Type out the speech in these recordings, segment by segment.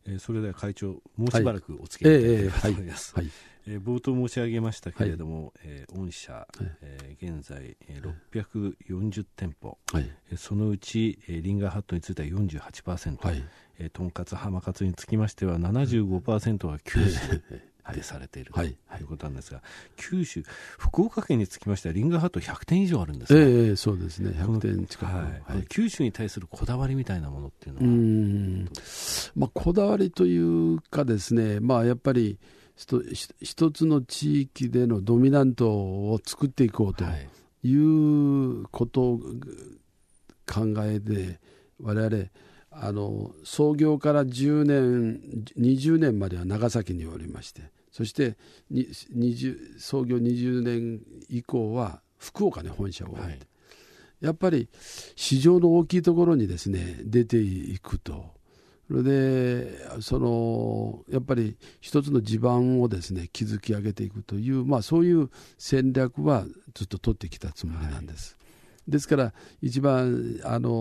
それでは会長、もうしばらくお付き合いいただきたいと思います。冒頭申し上げましたけれども、御社、現在640店舗、そのうちリンガーハットについては 48%、とんかつ浜かつにつきましては 75% が九州でされているということなんですが、九州、福岡県につきましてはリンガーハット100店以上あるんですね。 そうですね、100店近く、 九州に対するこだわりみたいなものっていうのは、 こだわりというかですね、やっぱり一つの地域でのドミナントを作っていこうということを考えて、我々創業から10年20年までは長崎におりまして、そして創業20年以降は福岡に本社を置いて、やっぱり市場の大きいところにですね出ていくと、それでやっぱり一つの地盤をですね築き上げていくという、そういう戦略はずっと取ってきたつもりなんです。ですから一番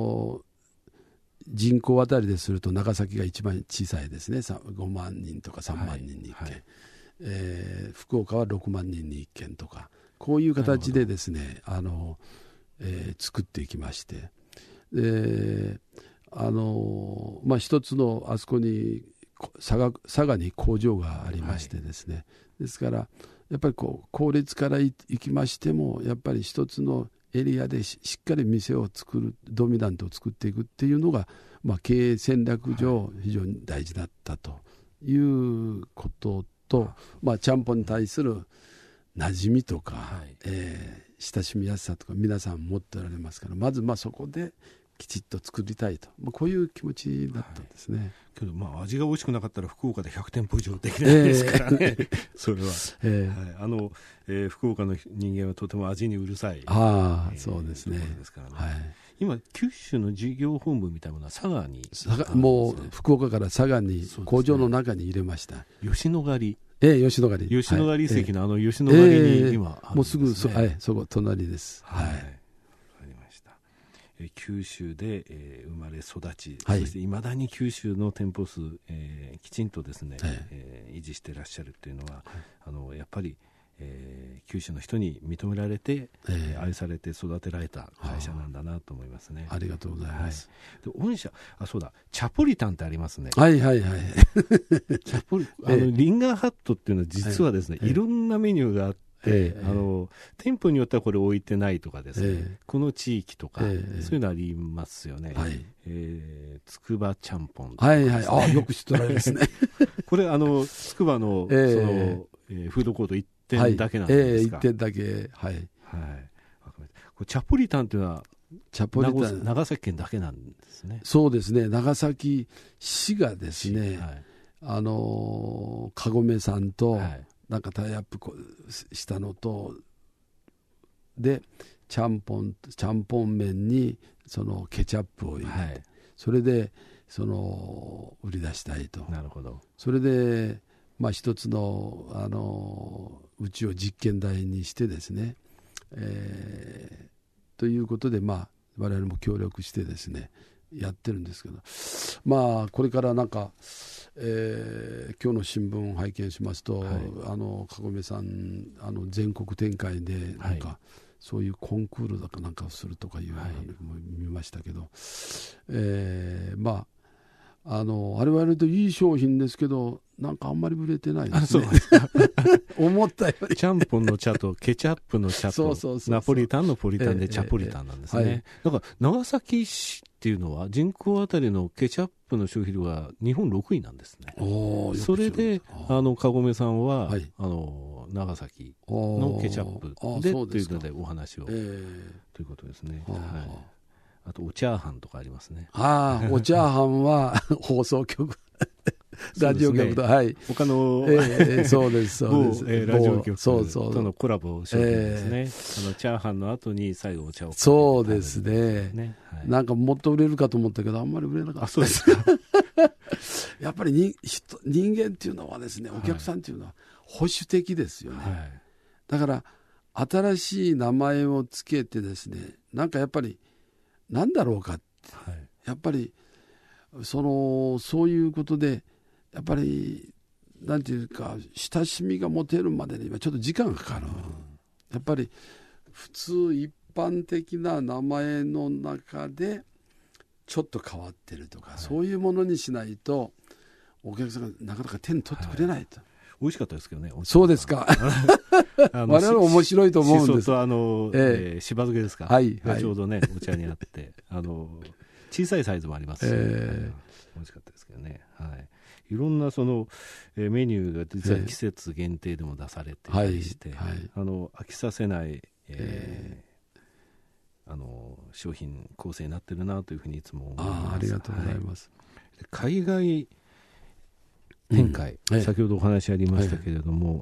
人口あたりですると長崎が一番小さいですね。5万人とか3万人に1件、福岡は6万人に1件とか、こういう形でですね作っていきまして、一つのあそこに佐賀に工場がありましてですね、ですからやっぱり効率からいきましても、やっぱり一つのエリアでしっかり店を作る、ドミナントを作っていくっていうのが、経営戦略上非常に大事だったということと、ちゃんぽんに対する馴染みとか、親しみやすさとか皆さん持っておられますから、まずそこできちっと作りたいと、こういう気持ちだったんですね。 けど味が美味しくなかったら福岡で100店舗以上できないですからね、それは、福岡の人間はとても味にうるさい、 そうですね。 ですからね。今九州の事業本部みたいなものは佐賀に、 もう福岡から佐賀に工場の中に入れました。 吉野ヶ里、 吉野ヶ里、 吉野ヶ里遺跡の吉野ヶ里に今あるんですね。 もうすぐそこ隣です。 九州で、生まれ育ち、そしていまだに九州の店舗数、きちんとですね、維持していらっしゃるというのは、やっぱり、九州の人に認められて、愛されて育てられた会社なんだなと思いますね。 ありがとうございます。 で御社、そうだ、チャポリタンってありますね。 チャポリリンガーハットっていうのは実はですね、いろんなメニューがあって、店舗によってはこれ置いてないとかですね、この地域とか、そういうのありますよね。つくばちゃんぽんとかですね、 よく知っておられますね。 これつくばの、フードコート1点だけなんですか。 1点だけ。 これチャポリタンというのは長崎県だけなんですね。 そうですね。長崎市がですね、かごめさんとなんかタイアップしたのとで、ちゃんぽん麺にそのケチャップを入れて、それで売り出したいと。 なるほど。それで一つのうちを実験台にしてですね、ということで我々も協力してですねやってるんですけど、これからなんか、今日の新聞を拝見しますと、かごめさん全国展開でなんか、そういうコンクールだかなんかをするとかいうのを見ましたけど、あれはあれといい商品ですけど、なんかあんまり売れてないですね。思ったより。 ちゃんぽんの茶とケチャップの茶とナポリタンのポリタンでチャポリタンなんですね。だから長崎市っていうのは人口あたりのケチャップの消費量が日本6位なんですね。それでかごめさんは、長崎のケチャップでというのでお話を、ということですね。あとおチャーハンとかありますね。 おチャーハンは放送局ラジオ局と、 他の、 そうですラジオ局とのコラボ商品ですね。チャーハンの後に最後お茶を。 そうですね。なんかもっと売れるかと思ったけど、あんまり売れなかった。 そうですか。 やっぱり人間っていうのはですね、お客さんっていうのは保守的ですよね。だから新しい名前をつけてですね、なんかやっぱりなんだろうかって、やっぱりそういうことでやっぱりなんていうか親しみが持てるまでにはちょっと時間がかかる、やっぱり普通一般的な名前の中でちょっと変わってるとか、そういうものにしないとお客さんがなかなか手に取ってくれないと。 美味しかったですけどね。 そうですか。我々面白いと思うんです。 しそとしば漬けですか。 はいちょうどねお茶にあって小さいサイズもありますし、美味しかったですけどね。いろんなそのメニューが実は季節限定でも出されてたりして、飽きさせない商品構成になってるなというふうにいつも思います。 ありがとうございます。 海外展開、先ほどお話ありましたけれども、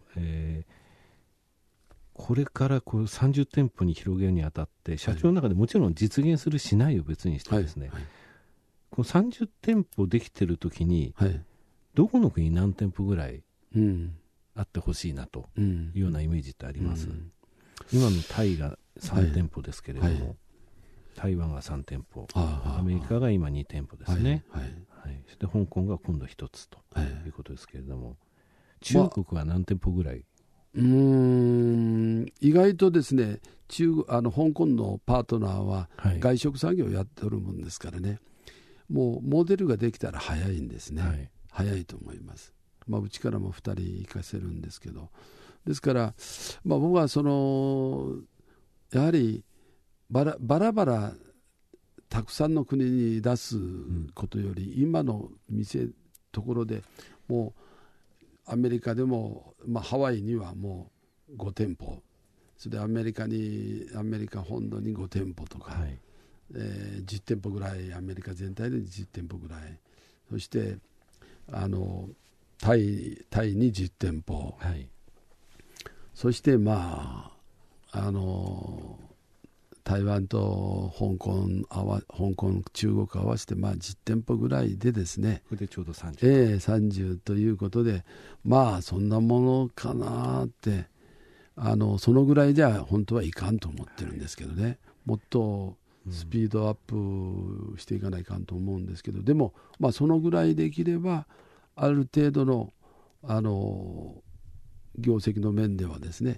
これからこう30店舗に広げるにあたって社長の中でもちろん実現するしないを別にしてですね、この30店舗できてる時に、どこの国に何店舗ぐらいあってほしいなというようなイメージってあります？今のタイが3店舗ですけれども、台湾が3店舗、アメリカが今2店舗ですね。そして香港が今度1つということですけれども、中国は何店舗ぐらい？ 意外とですね、香港のパートナーは外食産業をやっておるもんですからね、もうモデルができたら早いんですね。早いと思います。うちからも2人行かせるんですけど、ですから、僕はやはりバラバラたくさんの国に出すことより、今のところでもうアメリカでも、ハワイにはもう5店舗、それでアメリカ本土に5店舗とか、10店舗ぐらい、アメリカ全体で10店舗ぐらい、そしてタイに10店舗、そして台湾と香港、中国合わせて10店舗ぐらいでですね、 これでちょうど30、 30ということで、そんなものかなって、そのぐらいじゃ本当はいかんと思ってるんですけどね、もっとスピードアップしていかないかんと思うんですけど、でも、そのぐらいできればある程度の業績の面ではですね、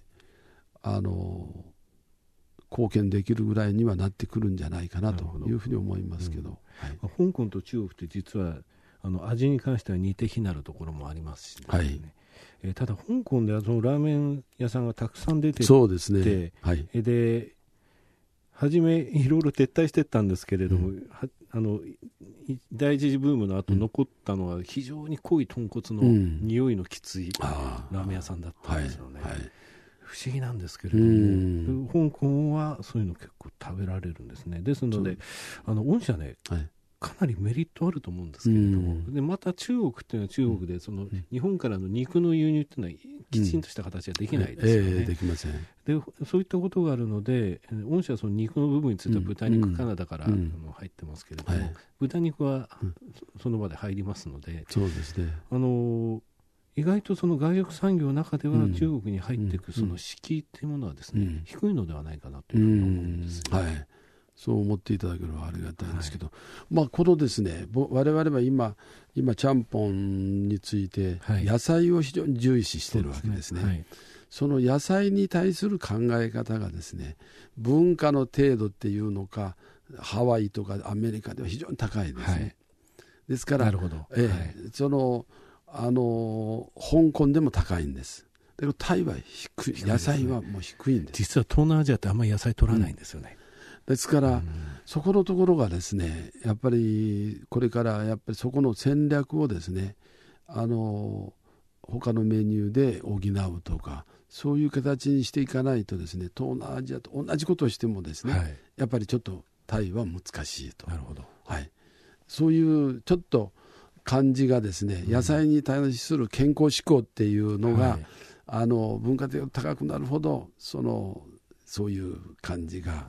貢献できるぐらいにはなってくるんじゃないかなというふうに思いますけど、 香港と中国って実は味に関しては似て非なるところもありますしね、ただ香港ではそのラーメン屋さんがたくさん出てきて、 そうですね、 で初めいろいろ撤退していったんですけれども、第一次ブームの後残ったのは非常に濃い豚骨の匂いのきついラーメン屋さんだったんですよね。不思議なんですけれども、香港はそういうの結構食べられるんですね。ですので御社ね、かなりメリットあると思うんですけれども、でまた中国っていうのは中国で日本からの肉の輸入っていうのはきちんとした形はできないですよね。 できません。 でそういったことがあるので、御社はその肉の部分については豚肉カナダから入ってますけれども、豚肉はその場で入りますので、 そうですね、 意外とその外食産業の中では中国に入っていくその敷居というものはですね、低いのではないかなというふうに思うんですよね。 そう思っていただければありがたいんですけど、このですね、我々は今ちゃんぽんについて野菜を非常に重視しているわけですね。その野菜に対する考え方がですね、文化の程度っていうのか、ハワイとかアメリカでは非常に高いですね。ですから、香港でも高いんです。だけどタイは低い、野菜はもう低いんです。 実は東南アジアってあんまり野菜取らないんですよね。 ですから、そこのところがですね、やっぱりこれからそこの戦略をですね、他のメニューで補うとか、そういう形にしていかないとですね、東南アジアと同じことをしてもですね、やっぱりちょっとタイは難しいと。 なるほど。 そういうちょっと感じがですね、野菜に対する健康志向っていうのが、文化的に高くなるほどそういう感じが、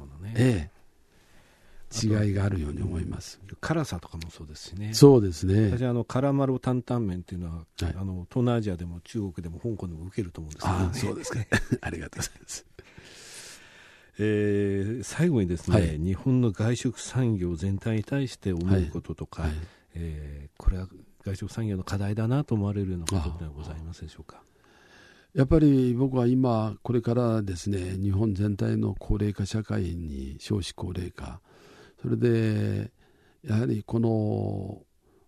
違いがあるように思います。 辛さとかもそうですしね。 そうですね。 私辛マロ担々麺っていうのは、東南アジアでも中国でも香港でも受けると思うんですけどね。 そうですか。ありがとうございます。 最後にですね、日本の外食産業全体に対して思うこととか、これは外食産業の課題だなと思われるようなことではございますでしょうか。 やっぱり僕は今これからですね、日本全体の高齢化社会に少子高齢化、それでやはりこの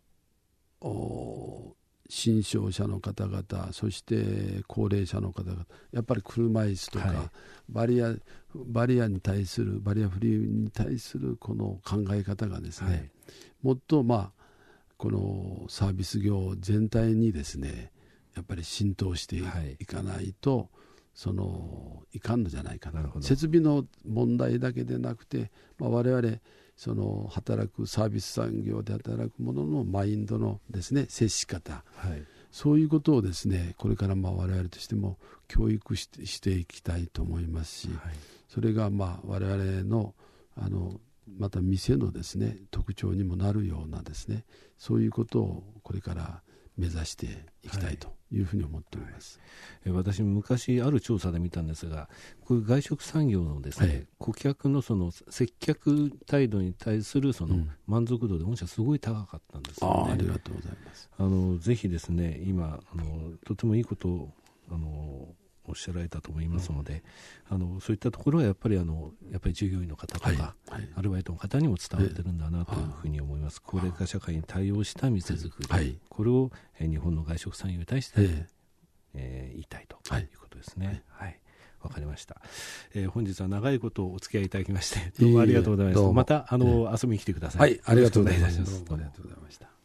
新傷者の方々、そして高齢者の方々、やっぱり車椅子とか、はい、バリアに対する、バリアフリーに対するこの考え方がですね、はい、もっとこのサービス業全体にですね、やっぱり浸透していかないと、いかんのじゃないかな。設備の問題だけでなくて、我々働くサービス産業で働く者のマインドのですね、接し方、はい、そういうことをですね、これから我々としても教育していきたいと思いますし、はい、それが我々のまた店のですね、特徴にもなるようなですね、そういうことをこれから目指していきたいというふうに思っております。 はい、私昔ある調査で見たんですが、こういう外食産業のですね、はい、顧客の接客態度に対する満足度で御社すごい高かったんですよね。 ありがとうございます。 ぜひですね、今とてもいいことをおっしゃられたと思いますので、そういったところはやっぱり従業員の方とか、はいはい、アルバイトの方にも伝わってるんだなというふうに思います。高齢化社会に対応した店づくり、はい、これを日本の外食産業に対して、言いたいということですね。はい、わかりました。本日は長いことお付き合いいただきましてどうもありがとうございました。また遊びに来てください。 はい、ありがとうございます。どうもありがとうございました。